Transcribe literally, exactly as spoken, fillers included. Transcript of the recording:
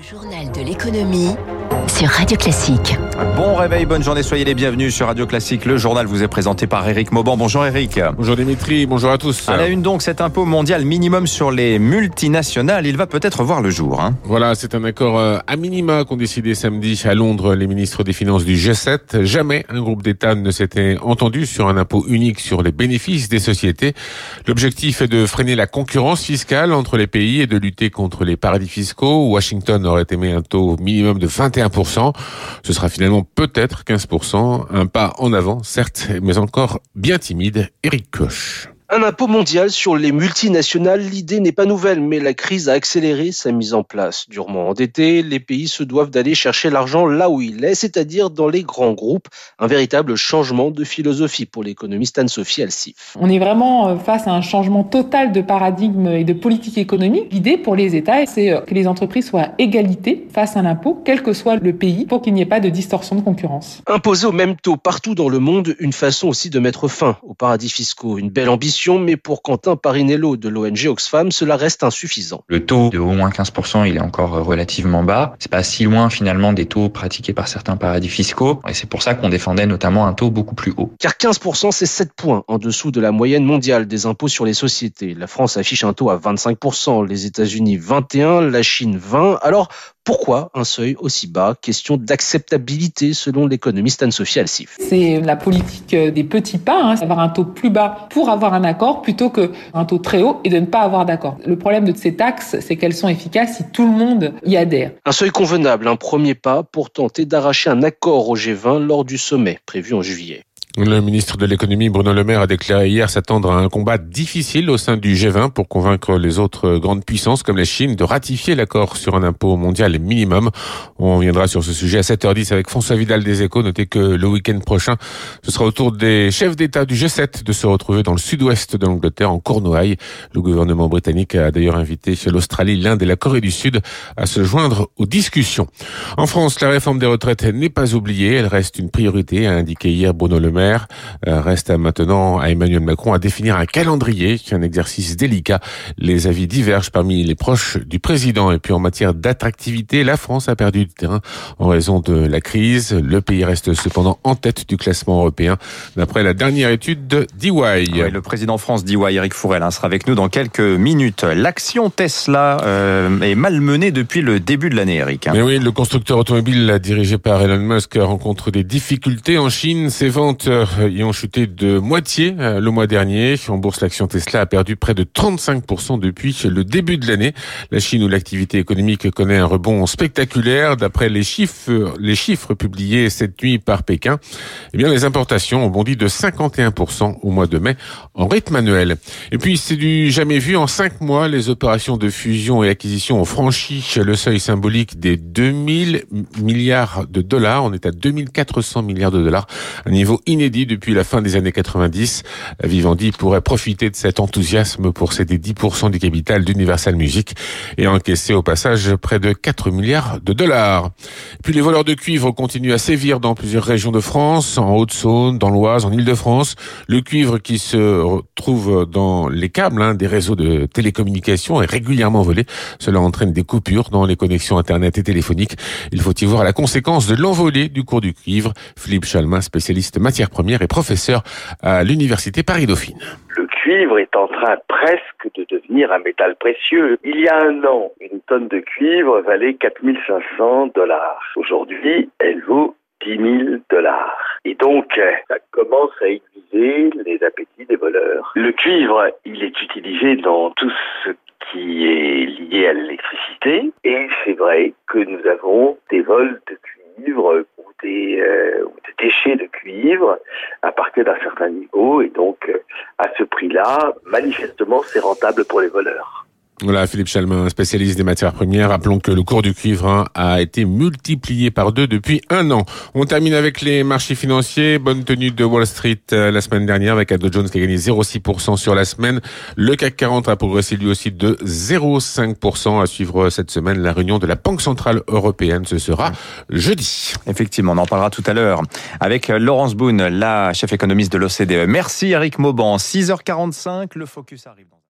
Le journal de l'économie sur Radio Classique. Bon réveil, bonne journée, soyez les bienvenus sur Radio Classique. Le journal vous est présenté par Éric Mauban. Bonjour Éric. Bonjour Dimitri, bonjour à tous. À la une donc, cet impôt mondial minimum sur les multinationales, il va peut-être voir le jour. Hein. Voilà, c'est un accord à minima qu'ont décidé samedi à Londres les ministres des Finances du G sept. Jamais un groupe d'États ne s'était entendu sur un impôt unique sur les bénéfices des sociétés. L'objectif est de freiner la concurrence fiscale entre les pays et de lutter contre les paradis fiscaux. Washington aurait aimé un taux minimum de vingt et un pour cent. Ce sera finalement peut-être quinze pour cent. Un pas en avant, certes, mais encore bien timide. Éric Koch. Un impôt mondial sur les multinationales, l'idée n'est pas nouvelle, mais la crise a accéléré sa mise en place. Durement endettés, les pays se doivent d'aller chercher l'argent là où il est, c'est-à-dire dans les grands groupes. Un véritable changement de philosophie pour l'économiste Anne-Sophie Alsif. On est vraiment face à un changement total de paradigme et de politique économique. L'idée pour les États, c'est que les entreprises soient à égalité face à l'impôt, quel que soit le pays, pour qu'il n'y ait pas de distorsion de concurrence. Imposer au même taux partout dans le monde, une façon aussi de mettre fin aux paradis fiscaux. Une belle ambition. Mais pour Quentin Parinello de l'O N G Oxfam, cela reste insuffisant. Le taux de au moins quinze pour cent, il est encore relativement bas. C'est pas si loin finalement des taux pratiqués par certains paradis fiscaux. Et c'est pour ça qu'on défendait notamment un taux beaucoup plus haut. Car quinze pour cent, c'est sept points en dessous de la moyenne mondiale des impôts sur les sociétés. La France affiche un taux à vingt-cinq pour cent, les États-Unis vingt et un pour cent, la Chine vingt pour cent. Alors, pourquoi un seuil aussi bas? Question d'acceptabilité selon l'économiste Anne-Sophie Alsif. C'est la politique des petits pas, hein, avoir un taux plus bas pour avoir un accord plutôt qu'un taux très haut et de ne pas avoir d'accord. Le problème de ces taxes, c'est qu'elles sont efficaces si tout le monde y adhère. Un seuil convenable, un premier pas pour tenter d'arracher un accord au G vingt lors du sommet prévu en juillet. Le ministre de l'économie Bruno Le Maire a déclaré hier s'attendre à un combat difficile au sein du G vingt pour convaincre les autres grandes puissances comme la Chine de ratifier l'accord sur un impôt mondial minimum. On reviendra sur ce sujet à sept heures dix avec François Vidal des Échos. Notez que le week-end prochain, ce sera au tour des chefs d'État du G sept de se retrouver dans le sud-ouest de l'Angleterre, en Cornouailles. Le gouvernement britannique a d'ailleurs invité l'Australie, l'Inde et la Corée du Sud à se joindre aux discussions. En France, la réforme des retraites n'est pas oubliée. Elle reste une priorité, a indiqué hier Bruno Le Maire. Reste maintenant à Emmanuel Macron à définir un calendrier, un exercice délicat. Les avis divergent parmi les proches du président. Et puis en matière d'attractivité, la France a perdu du terrain en raison de la crise. Le pays reste cependant en tête du classement européen d'après la dernière étude de D Y. Oui, le président France D Y, Éric Fourel, hein, sera avec nous dans quelques minutes. L'action Tesla euh, est malmenée depuis le début de l'année, Éric. Hein. Mais oui, le constructeur automobile dirigé par Elon Musk rencontre des difficultés en Chine. Ses ventes y ont chuté de moitié le mois dernier. En bourse, l'action Tesla a perdu près de trente-cinq pour cent depuis le début de l'année. La Chine, où l'activité économique connaît un rebond spectaculaire, d'après les chiffres, les chiffres publiés cette nuit par Pékin, eh bien, les importations ont bondi de cinquante et un pour cent au mois de mai en rythme annuel. Et puis, c'est du jamais vu. En cinq mois, les opérations de fusion et acquisition ont franchi le seuil symbolique des deux mille milliards de dollars. On est à deux mille quatre cents milliards de dollars, un niveau inédit depuis la fin des années quatre-vingt-dix. Vivendi pourrait profiter de cet enthousiasme pour céder dix pour cent du capital d'Universal Music et encaisser au passage près de quatre milliards de dollars. Puis les voleurs de cuivre continuent à sévir dans plusieurs régions de France, en Haute-Saône, dans l'Oise, en Île-de-France. Le cuivre qui se retrouve dans les câbles hein, des réseaux de télécommunications est régulièrement volé. Cela entraîne des coupures dans les connexions Internet et téléphoniques. Il faut y voir la conséquence de l'envolée du cours du cuivre. Philippe Chalmin, spécialiste matière première et professeur à l'université Paris-Dauphine. Le cuivre est en train presque de devenir un métal précieux. Il y a un an, une tonne de cuivre valait quatre mille cinq cents dollars. Aujourd'hui, elle vaut dix mille dollars. Et donc, ça commence à aiguiser les appétits des voleurs. Le cuivre, il est utilisé dans tout ce qui est lié à l'électricité. Et c'est vrai que nous avons des vols de cuivre ou des, euh, ou des déchets de cuivre à partir d'un certain niveau. Et donc, à ce prix-là, manifestement, c'est rentable pour les voleurs. Voilà, Philippe Chalmin, spécialiste des matières premières. Rappelons que le cours du cuivre hein, a été multiplié par deux depuis un an. On termine avec les marchés financiers. Bonne tenue de Wall Street euh, la semaine dernière avec un Dow Jones qui a gagné zéro virgule six pour cent sur la semaine. Le C A C quarante a progressé lui aussi de zéro virgule cinq pour cent. À suivre cette semaine la réunion de la Banque Centrale Européenne. Ce sera jeudi. Effectivement, on en parlera tout à l'heure avec Laurence Boone, la chef économiste de l'O C D E. Merci Éric Mauban. six heures quarante-cinq, le Focus arrive.